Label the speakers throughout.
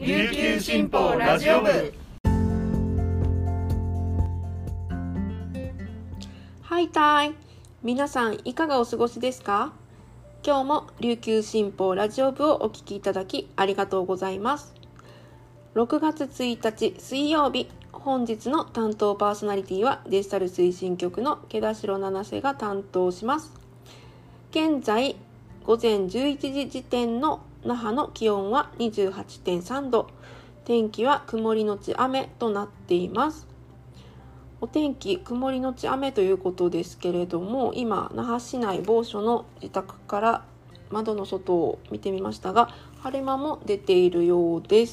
Speaker 1: 琉球新報ラジオ部。
Speaker 2: はいたい、皆さんいかがお過ごしですか？今日も琉球新報ラジオ部をお聞きいただきありがとうございます。6月1日水曜日、本日の担当パーソナリティはデジタル推進局の毛田代七瀬が担当します。現在午前11時時点の那覇の気温は 28.3 度、天気は曇りのち雨となっています。お天気曇りのち雨ということですけれども、今那覇市内某所の自宅から窓の外を見てみましたが、晴れ間も出ているようです。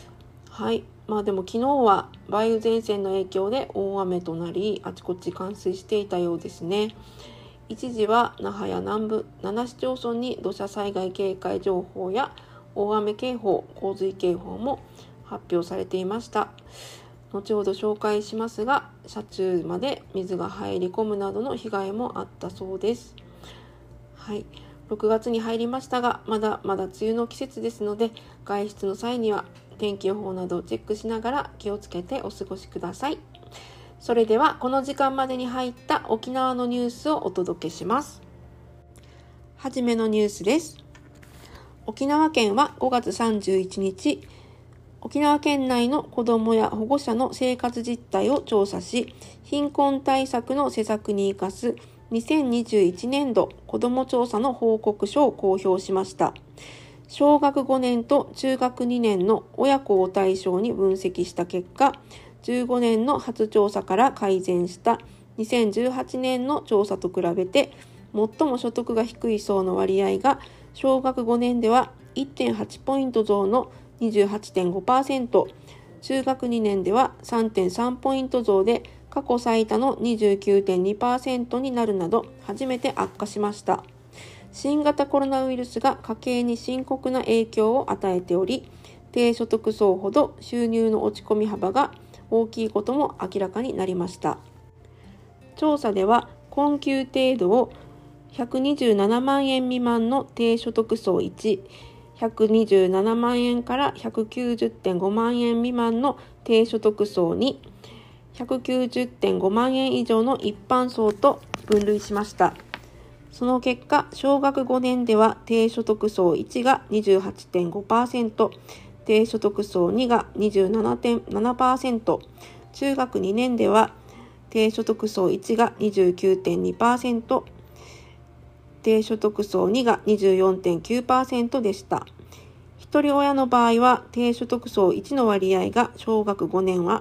Speaker 2: はい、でも昨日は梅雨前線の影響で大雨となり、あちこち冠水していたようですね。一時は那覇や南部7市町村に土砂災害警戒情報や大雨警報、洪水警報も発表されていました。後ほど紹介しますが、車中まで水が入り込むなどの被害もあったそうです。はい、6月に入りましたが、まだまだ梅雨の季節ですので、外出の際には天気予報などをチェックしながら気をつけてお過ごしください。それではこの時間までに入った沖縄のニュースをお届けします。はじめのニュースです。沖縄県は5月31日、沖縄県内の子どもや保護者の生活実態を調査し、貧困対策の施策に生かす2021年度子ども調査の報告書を公表しました。小学5年と中学2年の親子を対象に分析した結果、15年の初調査から改善した2018年の調査と比べて、最も所得が低い層の割合が小学5年では 1.8 ポイント増の 28.5%、中学2年では 3.3 ポイント増で過去最多の 29.2% になるなど初めて悪化しました。新型コロナウイルスが家計に深刻な影響を与えており、低所得層ほど収入の落ち込み幅が大きいことも明らかになりました。調査では困窮程度を127万円未満の低所得層1、127万円から 190.5 万円未満の低所得層2、190.5 万円以上の一般層と分類しました。その結果、小学5年では低所得層1が 28.5%、低所得層2が 27.7%、中学2年では低所得層1が 29.2%、低所得層2が 24.9% でした。一人親の場合は低所得層1の割合が小学5年は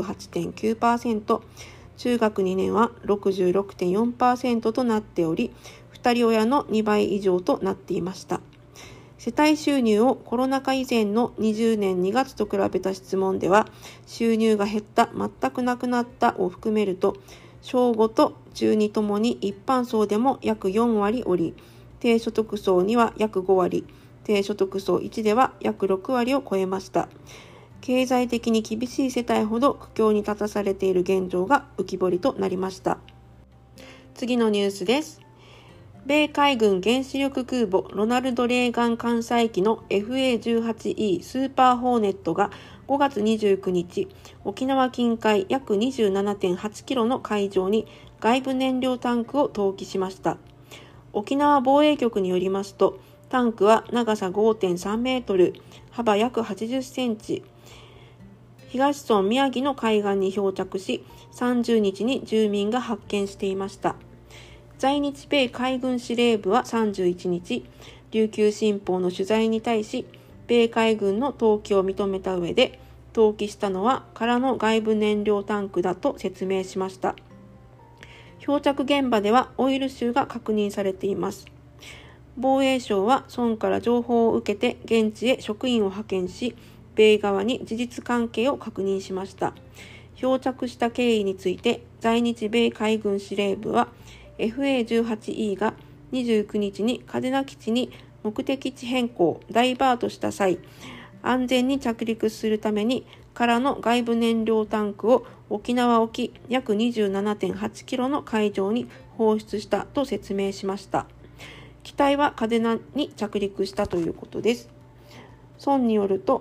Speaker 2: 68.9%、中学2年は 66.4% となっており、二人親の2倍以上となっていました。世帯収入をコロナ禍以前の20年2月と比べた質問では、収入が減った、全くなくなったを含めると、小5と中2ともに一般層でも約4割おり、低所得層には約5割、低所得層1では約6割を超えました。経済的に厳しい世帯ほど苦境に立たされている現状が浮き彫りとなりました。次のニュースです。米海軍原子力空母ロナルド・レーガン艦載機の FA-18E スーパーホーネットが5月29日、沖縄近海約 27.8 キロの海上に外部燃料タンクを投棄しました。沖縄防衛局によりますと、タンクは長さ 5.3 メートル、幅約80センチ、東村宮城の海岸に漂着し、30日に住民が発見していました。在日米海軍司令部は31日、琉球新報の取材に対し、米海軍の投棄を認めた上で、投棄したのは空の外部燃料タンクだと説明しました。漂着現場ではオイル臭が確認されています。防衛省は村から情報を受けて現地へ職員を派遣し、米側に事実関係を確認しました。漂着した経緯について、在日米海軍司令部は、FA-18E が29日に嘉手納基地に目的地変更、ダイバートした際、安全に着陸するために空の外部燃料タンクを沖縄沖約 27.8 キロの海上に放出したと説明しました。機体は嘉手納に着陸したということです。村によると、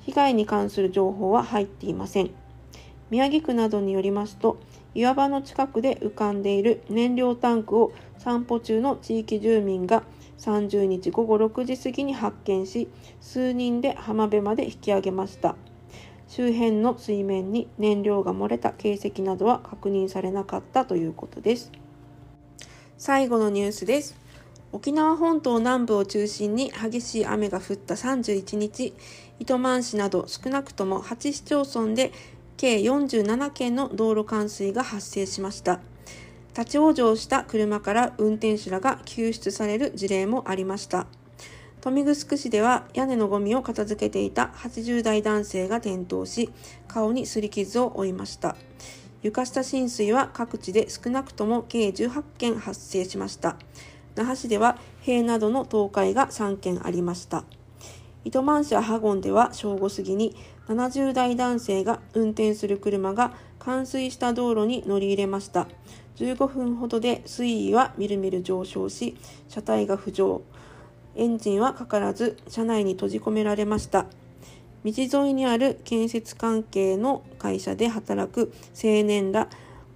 Speaker 2: 被害に関する情報は入っていません。宮城区などによりますと、岩場の近くで浮かんでいる燃料タンクを散歩中の地域住民が30日午後6時過ぎに発見し、数人で浜辺まで引き上げました。周辺の水面に燃料が漏れた形跡などは確認されなかったということです。最後のニュースです。沖縄本島南部を中心に激しい雨が降った31日、糸満市など少なくとも8市町村で計47件の道路冠水が発生しました。立ち往生した車から運転手らが救出される事例もありました。豊見城市では屋根のゴミを片付けていた80代男性が転倒し、顔に擦り傷を負いました。床下浸水は各地で少なくとも計18件発生しました。那覇市では塀などの倒壊が3件ありました。糸満市ハゴンでは正午過ぎに70代男性が運転する車が冠水した道路に乗り入れました。15分ほどで水位はみるみる上昇し、車体が浮上。エンジンはかからず、車内に閉じ込められました。道沿いにある建設関係の会社で働く青年ら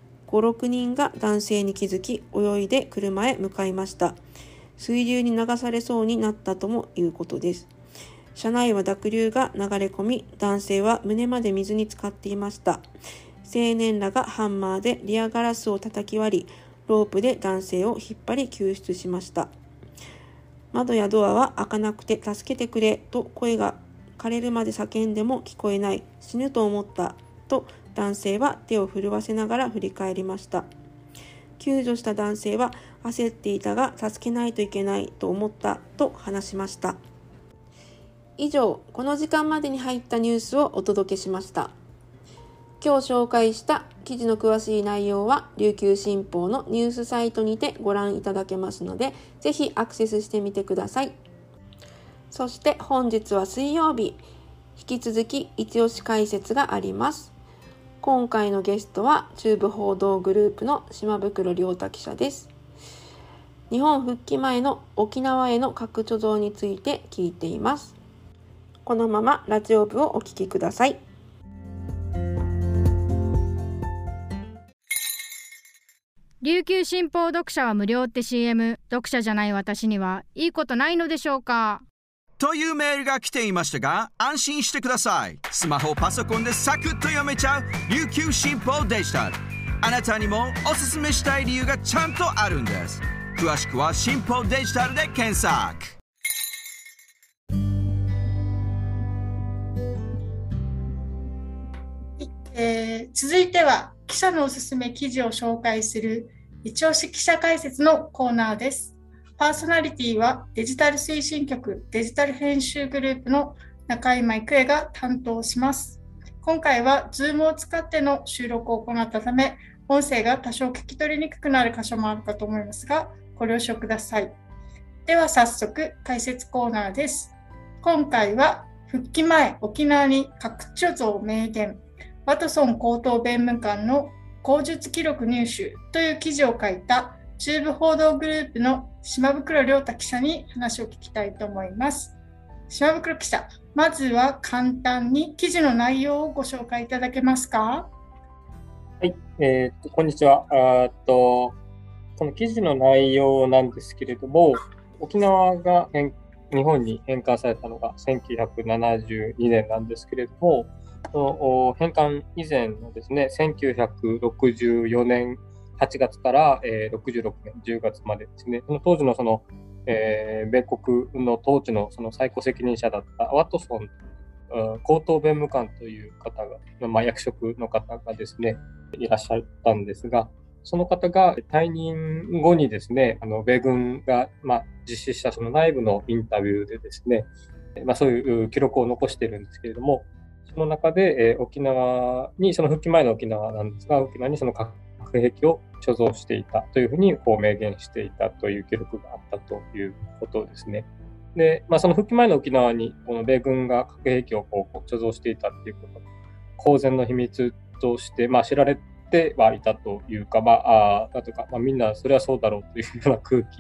Speaker 2: 5、6人が男性に気づき、泳いで車へ向かいました。水流に流されそうになったともいうことです。車内は濁流が流れ込み、男性は胸まで水に浸かっていました。青年らがハンマーでリアガラスを叩き割り、ロープで男性を引っ張り救出しました。窓やドアは開かなくて助けてくれと声が枯れるまで叫んでも聞こえない、死ぬと思ったと男性は手を震わせながら振り返りました。救助した男性は焦っていたが助けないといけないと思ったと話しました。以上、この時間までに入ったニュースをお届けしました。今日紹介した記事の詳しい内容は琉球新報のニュースサイトにてご覧いただけますので、ぜひアクセスしてみてください。そして本日は水曜日、引き続き一押し解説があります。今回のゲストは中部報道グループの島袋亮太記者です。日本復帰前の沖縄への核貯蔵について聞いています。このままラジオ部をお聞きください。
Speaker 1: 琉球新報読者は無料って CM、 読者じゃない私にはいいことないのでしょうか
Speaker 3: というメールが来ていましたが、安心してください。スマホパソコンでサクッと読めちゃう琉球新報デジタル。あなたにもおすすめしたい理由がちゃんとあるんです。詳しくは新報デジタルで検索。
Speaker 4: 続いては記者のおすすめ記事を紹介する一押し記者解説のコーナーです。パーソナリティはデジタル推進局デジタル編集グループの中今郁恵が担当します。今回は Zoom を使っての収録を行ったため、音声が多少聞き取りにくくなる箇所もあるかと思いますが、ご了承ください。では早速解説コーナーです。今回は復帰前沖縄に核貯蔵明言、ワトソン高等弁務官の口述記録入手という記事を書いた中部報道グループの島袋亮太記者に話を聞きたいと思います。島袋記者、まずは簡単に記事の内容をご紹介いただけますか？
Speaker 5: はい、こんにちは。この記事の内容なんですけれども、沖縄が日本に返還されたのが1972年なんですけれども、返還以前のですね、1964年8月から66年10月までですね、その当時の米国の統治の最高責任者だったワトソン高等弁務官という方が、役職の方がですね、いらっしゃったんですが、その方が退任後にですね、米軍が、実施したその内部のインタビューでですね、そういう記録を残しているんですけれども、その中で、沖縄に、その復帰前の沖縄なんですが、沖縄にその核兵器を貯蔵していたというふうに明言していたという記録があったということですね。で、その復帰前の沖縄にこの米軍が核兵器を貯蔵していたということ、公然の秘密として、知られてはいたというか、みんなそれはそうだろうというような空気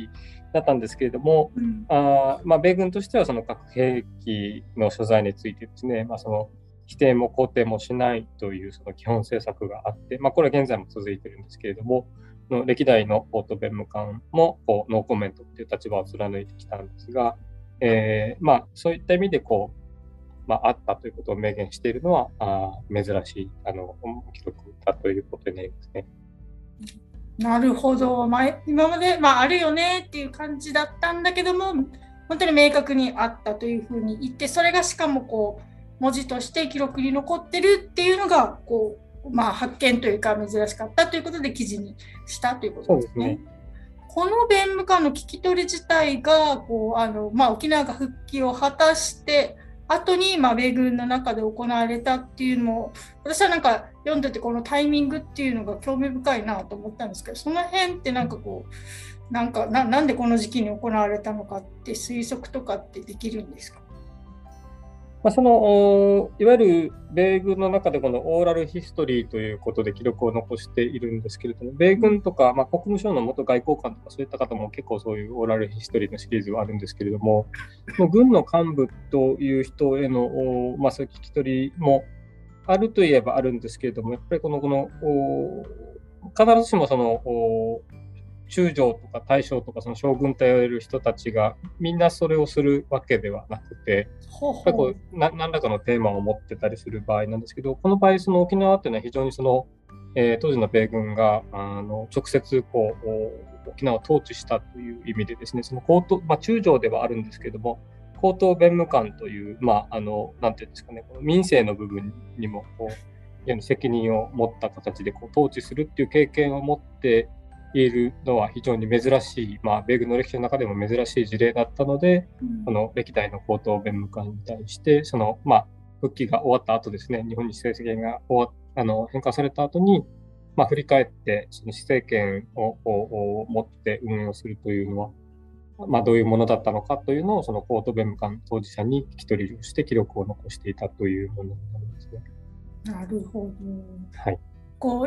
Speaker 5: だったんですけれども、米軍としてはその核兵器の所在についてですね、その否定も肯定もしないというその基本政策があって、これは現在も続いているんですけれども、歴代のコート弁務官もノーコメントという立場を貫いてきたんですが、そういった意味であったということを明言しているのは珍しい記録だということになりますね。
Speaker 4: なるほど、今まで、あるよねっていう感じだったんだけども、本当に明確にあったというふうに言って、それがしかも文字として記録に残ってるっていうのが発見というか珍しかったということで記事にしたということですね。
Speaker 5: そうですね。
Speaker 4: この弁務官の聞き取り自体が沖縄が復帰を果たして後に米軍の中で行われたっていうのも、私は読んでてこのタイミングっていうのが興味深いなと思ったんですけど、その辺ってなんでこの時期に行われたのかって推測とかってできるんですか？
Speaker 5: いわゆる米軍の中でこのオーラルヒストリーということで記録を残しているんですけれども、米軍とか、国務省の元外交官とかそういった方も結構そういうオーラルヒストリーのシリーズはあるんですけれども、軍の幹部という人への、そういう聞き取りもあるといえばあるんですけれども、やっぱり必ずしも中将とか大将とかその将軍と言われる人たちがみんなそれをするわけではなくて、やっぱり何らかのテーマを持ってたりする場合なんですけど、この場合その沖縄というのは非常に当時の米軍が直接沖縄を統治したという意味でですね、その中将ではあるんですけれども、高等弁務官というなんていうんですかね、この民政の部分にも責任を持った形で統治するっていう経験を持っているのは非常に珍しい、米軍の歴史の中でも珍しい事例だったので、歴代の高等弁務官に対して復帰が終わった後ですね、日本に施政権が返還された後に、振り返ってその施政権を持って運営をするというのは、どういうものだったのかというのをその高等弁務官当事者に聞き取りをして記録を残していたというものになりますね。
Speaker 4: なるほど。
Speaker 5: はい。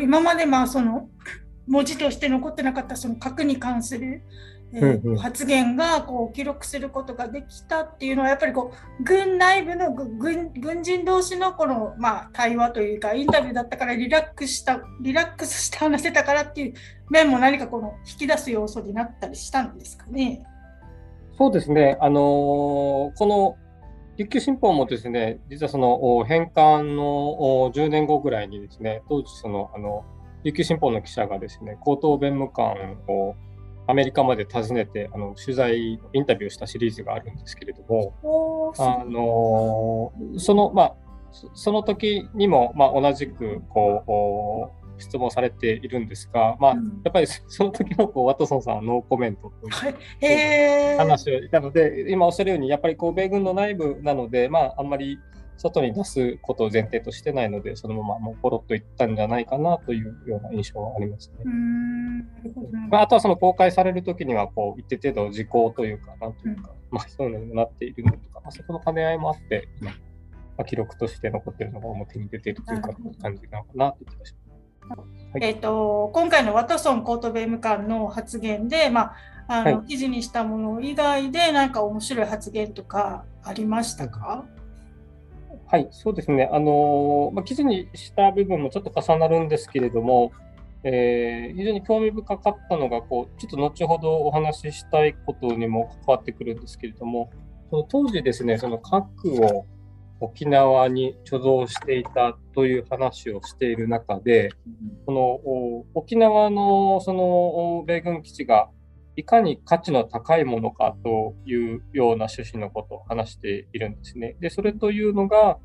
Speaker 4: 今までその文字として残ってなかったその核に関する、発言が記録することができたっていうのは、やっぱり軍内部の軍人同士の対話というかインタビューだったからリラックスして話せたからっていう面も何か引き出す要素になったりしたんですかね。
Speaker 5: そうですね。この琉球新報もですね、実はその返還の10年後ぐらいにですね、当時琉球新報の記者がですね、高等弁務官をアメリカまで訪ねて取材インタビューをしたシリーズがあるんですけれども、その時にも同じく質問されているんですが、やっぱりその時もワトソンさんはノーコメントという話をいたので、今おっしゃるようにやっぱり米軍の内部なので、あんまり外に出すことを前提としてないので、そのままもうポロッといったんじゃないかなというような印象はありますね。あとはその公開されるときには一定程度時効というか、なんというか、そういうのになっているのとか、そこの兼ね合いもあって、記録として残っているのが表に出ているというか感じなのかなという気がします。
Speaker 4: はい、今回のワトソン高等弁務官の発言で、記事にしたもの以外で何か面白い発言とかありましたか？
Speaker 5: はい、そうですね。記事にした部分もちょっと重なるんですけれども、非常に興味深かったのがちょっと後ほどお話ししたいことにも関わってくるんですけれども、その当時ですね、その核を沖縄に貯蔵していたという話をしている中で、この沖縄のその米軍基地がいかに価値の高いものかというような趣旨のことを話しているんですね。で、それというのが、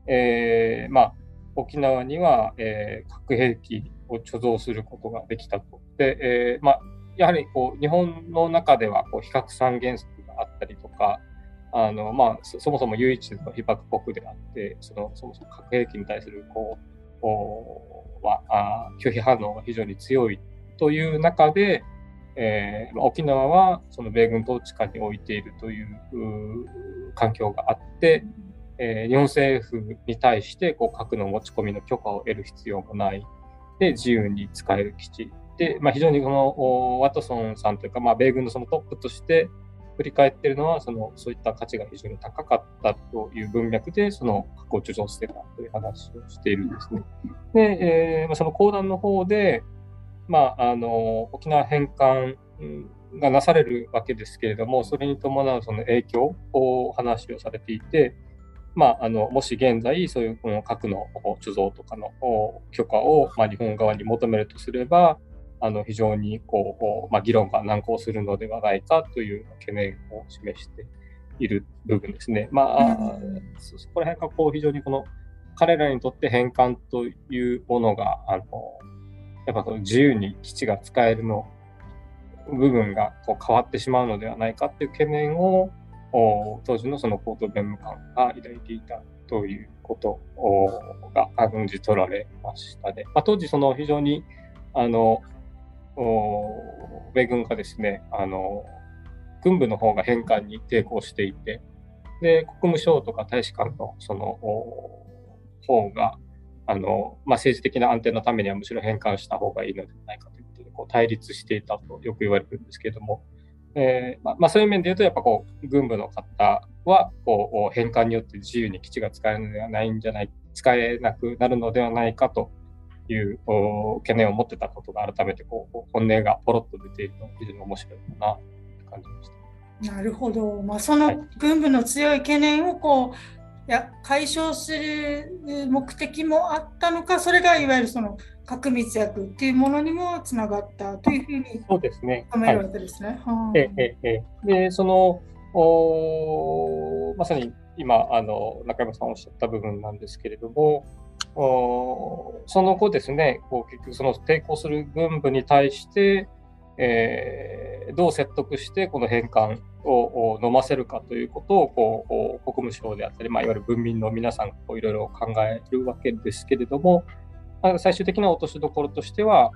Speaker 5: 沖縄には、核兵器を貯蔵することができたと。で、やはり日本の中では非核三原則があったりとか、そもそも唯一の被爆国であって、そもそも核兵器に対する拒否反応が非常に強いという中で、沖縄はその米軍統治下に置いているという環境があって、日本政府に対して核の持ち込みの許可を得る必要もないで自由に使える基地で、非常にこのワトソンさんというか、米軍のそのトップとして振り返っているのは、そういった価値が非常に高かったという文脈で、その核を貯蔵してたという話をしているんですね。で、その講談の方で、沖縄返還がなされるわけですけれども、それに伴うその影響を話をされていて、もし現在、そういうこの核の貯蔵とかの許可を日本側に求めるとすれば、非常に議論が難航するのではないかという懸念を示している部分ですね。そこら辺が非常に彼らにとって返還というものがやっぱ自由に基地が使えるの部分が変わってしまうのではないかという懸念を当時のその高等弁務官が抱いていたということが感じ取られましたね。当時非常に米軍がですね軍部の方が返還に抵抗していて、で国務省とか大使館のその方が政治的な安定のためにはむしろ返還した方がいいのではないかということで対立していたとよく言われるんですけれども、そういう面で言うとやっぱ軍部の方は返還によって自由に基地が使えなくなるのではないかという懸念を持ってたことが改めて本音がポロッと出ているのが非常に面白いかなと感じました。
Speaker 4: なるほど。その軍部の強い懸念を解消する目的もあったのか、それがいわゆるその核密約っていうものにもつながったというふうに
Speaker 5: そうですね。
Speaker 4: 考えるわけですね。
Speaker 5: でまさに今中山さんおっしゃった部分なんですけれども、その後ですね、結局その抵抗する軍部に対して、どう説得してこの返還を飲ませるかということを国務省であったり、いわゆる文民の皆さんいろいろ考えるわけですけれども、最終的な落としどころとしては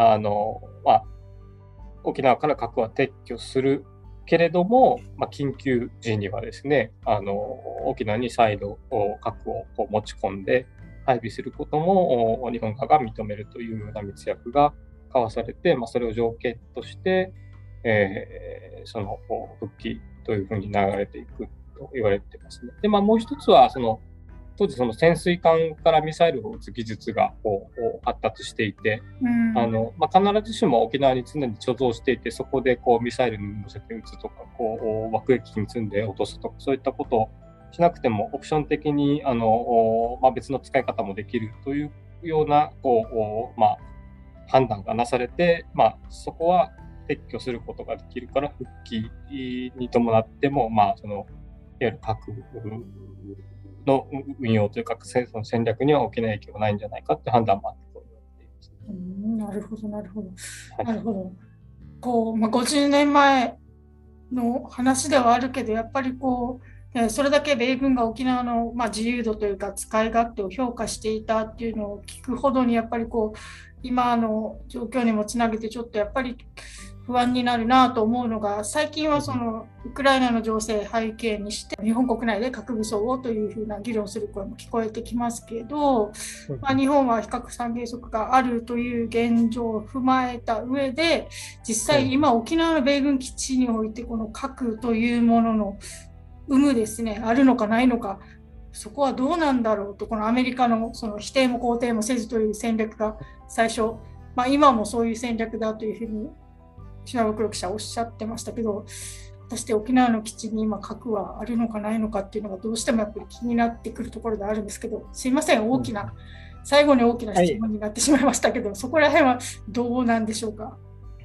Speaker 5: 沖縄から核は撤去するけれども、緊急時にはですね沖縄に再度核を持ち込んで配備することも日本側が認めるというような密約が交わされて、それを条件として、その復帰というふうに流れていくと言われていますね。で、もう一つは当時潜水艦からミサイルを撃つ技術が発達していて、必ずしも沖縄に常に貯蔵していて、そこでミサイルに乗せて撃つとか爆撃機に積んで落とすとか、そういったことをしなくてもオプション的に別の使い方もできるというような判断がなされて、そこは撤去することができるから復帰に伴っても、いわゆる核の運用というか戦争の戦略には大きな影響がないんじゃないかという判断もあったと言われています。
Speaker 4: なるほど、なるほど。なるほど。50年前の話ではあるけど、やっぱりそれだけ米軍が沖縄の自由度というか使い勝手を評価していたっていうのを聞くほどに、やっぱり今の状況にもつなげてちょっとやっぱり不安になるなと思うのが、最近はウクライナの情勢背景にして日本国内で核武装をというふうな議論する声も聞こえてきますけど、日本は非核三原則があるという現状を踏まえた上で、実際今沖縄の米軍基地においてこの核というものの有無ですね、あるのかないのか、そこはどうなんだろうと、このアメリカの否定も肯定もせずという戦略が最初、今もそういう戦略だというふうに島袋記者おっしゃってましたけど、果たして沖縄の基地に今核はあるのかないのかっていうのがどうしてもやっぱり気になってくるところであるんですけど、すいません、最後に大きな質問になってしまいましたけど、そこら辺はどうなんでしょうか。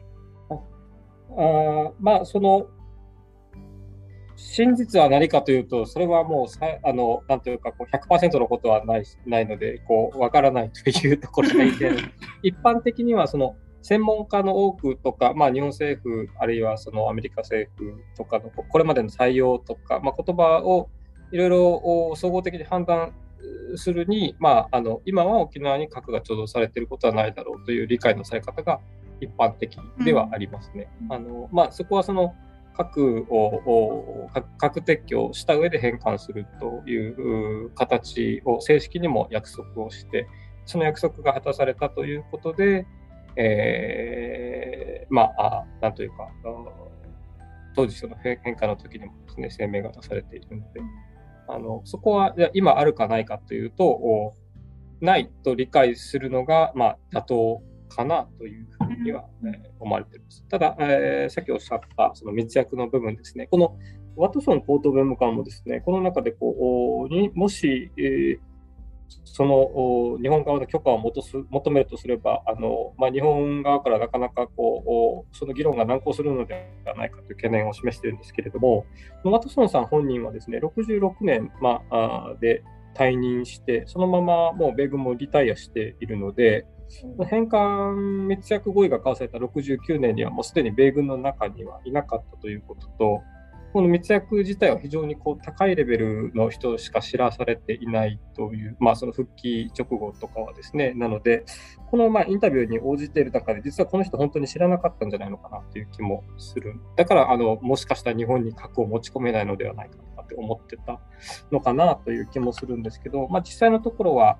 Speaker 5: 真実は何かというと、それはもうなんというか100% のことはないのでわからないというところがいて一般的には専門家の多くとか、日本政府あるいはアメリカ政府とかのこれまでの採用とか、言葉をいろいろ総合的に判断するに、今は沖縄に核が貯蔵されていることはないだろうという理解のされ方が一般的ではありますね。そこは核撤去した上で返還するという形を正式にも約束をして、その約束が果たされたということで、 なんというか、当時その変化の時にもですね、声明が出されているので、そこは今あるかないかというと、ないと理解するのが、妥当かなというふうには、思われています。ただ、さっきおっしゃったその密約の部分ですね、このワトソン高等弁務官もですね、この中でもし、その日本側の許可を求めるとすれば、日本側からなかなかその議論が難航するのではないかという懸念を示しているんですけれども、ワトソンさん本人はですね、66年、で退任して、そのままもう米軍もリタイアしているので、返還密約合意が交わされた69年にはもうすでに米軍の中にはいなかったということと、この密約自体は非常に高いレベルの人しか知らされていないという、その復帰直後とかはですね、なので、このインタビューに応じている中で、実はこの人本当に知らなかったんじゃないのかなという気もする。だからもしかしたら日本に核を持ち込めないのではないかって思ってたのかなという気もするんですけど、実際のところは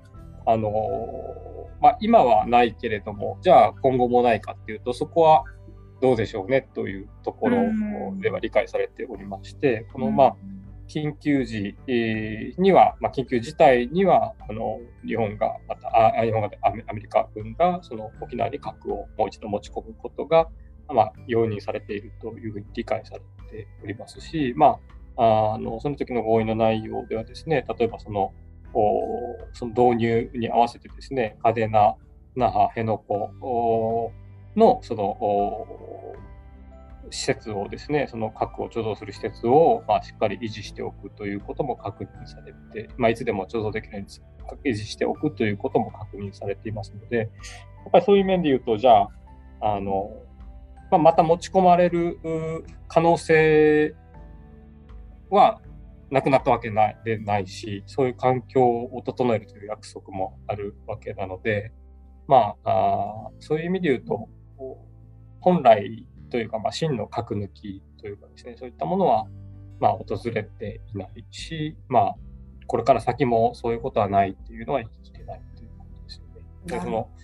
Speaker 5: 今はないけれども、じゃあ今後もないかっていうと、そこはどうでしょうねというところでは理解されておりまして、この緊急時には、緊急事態には日本がアメリカ軍がその沖縄に核をもう一度持ち込むことが、容認されているというふうに理解されておりますし、その時の合意の内容ではですね、例えばその導入に合わせてですね、嘉手納、那覇、辺野古のその施設をですね、その核を貯蔵する施設をしっかり維持しておくということも確認されて、いつでも貯蔵できるように維持しておくということも確認されていますので、やっぱりそういう面で言うと、じゃあ、また持ち込まれる可能性はなくなったわけでないし、そういう環境を整えるという約束もあるわけなので、そういう意味で言うと、本来というか、真の核抜きというかですね、そういったものは、訪れていないし、これから先もそういうことはないっていうのは言い切れないということですよね。で、その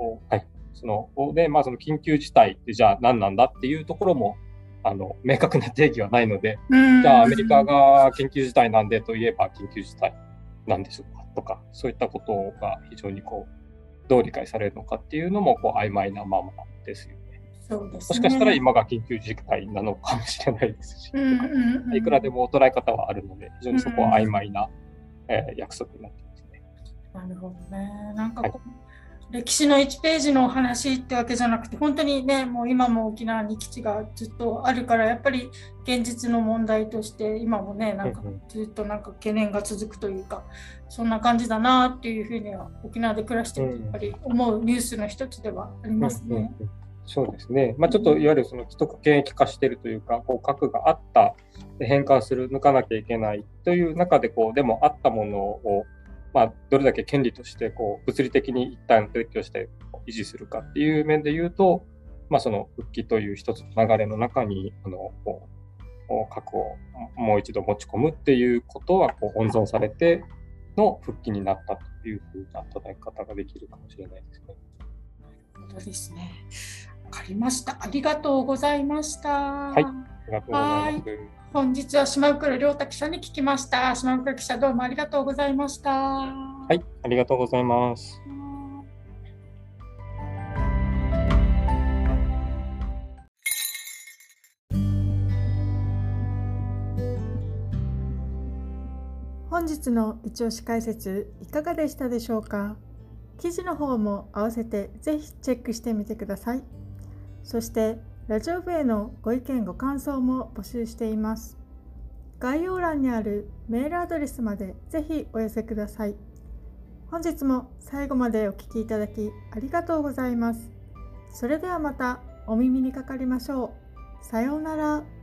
Speaker 5: 緊急事態ってじゃあ何なんだっていうところも、明確な定義はないので、じゃあアメリカが緊急事態なんでといえば緊急事態なんでしょうかとか、そういったことが非常にどう理解されるのかっていうのも曖昧なままですよね。
Speaker 4: そうですね。
Speaker 5: もしかしたら今が緊急事態なのかもしれないですし、いくらでも捉え方はあるので、非常にそこは曖昧な、約束になっていますね。
Speaker 4: なるほどね。なんか歴史の1ページのお話ってわけじゃなくて、本当にね、もう今も沖縄に基地がずっとあるから、やっぱり現実の問題として今もね、なんかずっと懸念が続くというか、そんな感じだなっていうふうには沖縄で暮らしてるとやっぱり思うニュースの一つではありますね。
Speaker 5: そうですね。ちょっといわゆるその既得権益化しているというか、核があった、返還する、抜かなきゃいけないという中で、でもあったものをどれだけ権利として物理的に一旦提供して維持するかっていう面で言うと、その復帰という一つの流れの中に核をもう一度持ち込むっていうことは温存されての復帰になったというふうな捉え方ができるかもしれないですね。
Speaker 4: そうですね。わかりました。ありがとうございました。
Speaker 5: はい、ありがとうございます。
Speaker 4: 本日は島袋亮太記者に聞きました。島袋記者、どうもありがとうございました。
Speaker 5: はい、ありがとうございます。
Speaker 4: 本日の一押し解説いかがでしたでしょうか。記事の方も合わせてぜひチェックしてみてください。そしてラジオ部へのご意見ご感想も募集しています。概要欄にあるメールアドレスまでぜひお寄せください。本日も最後までお聞きいただきありがとうございます。それではまたお耳にかかりましょう。さようなら。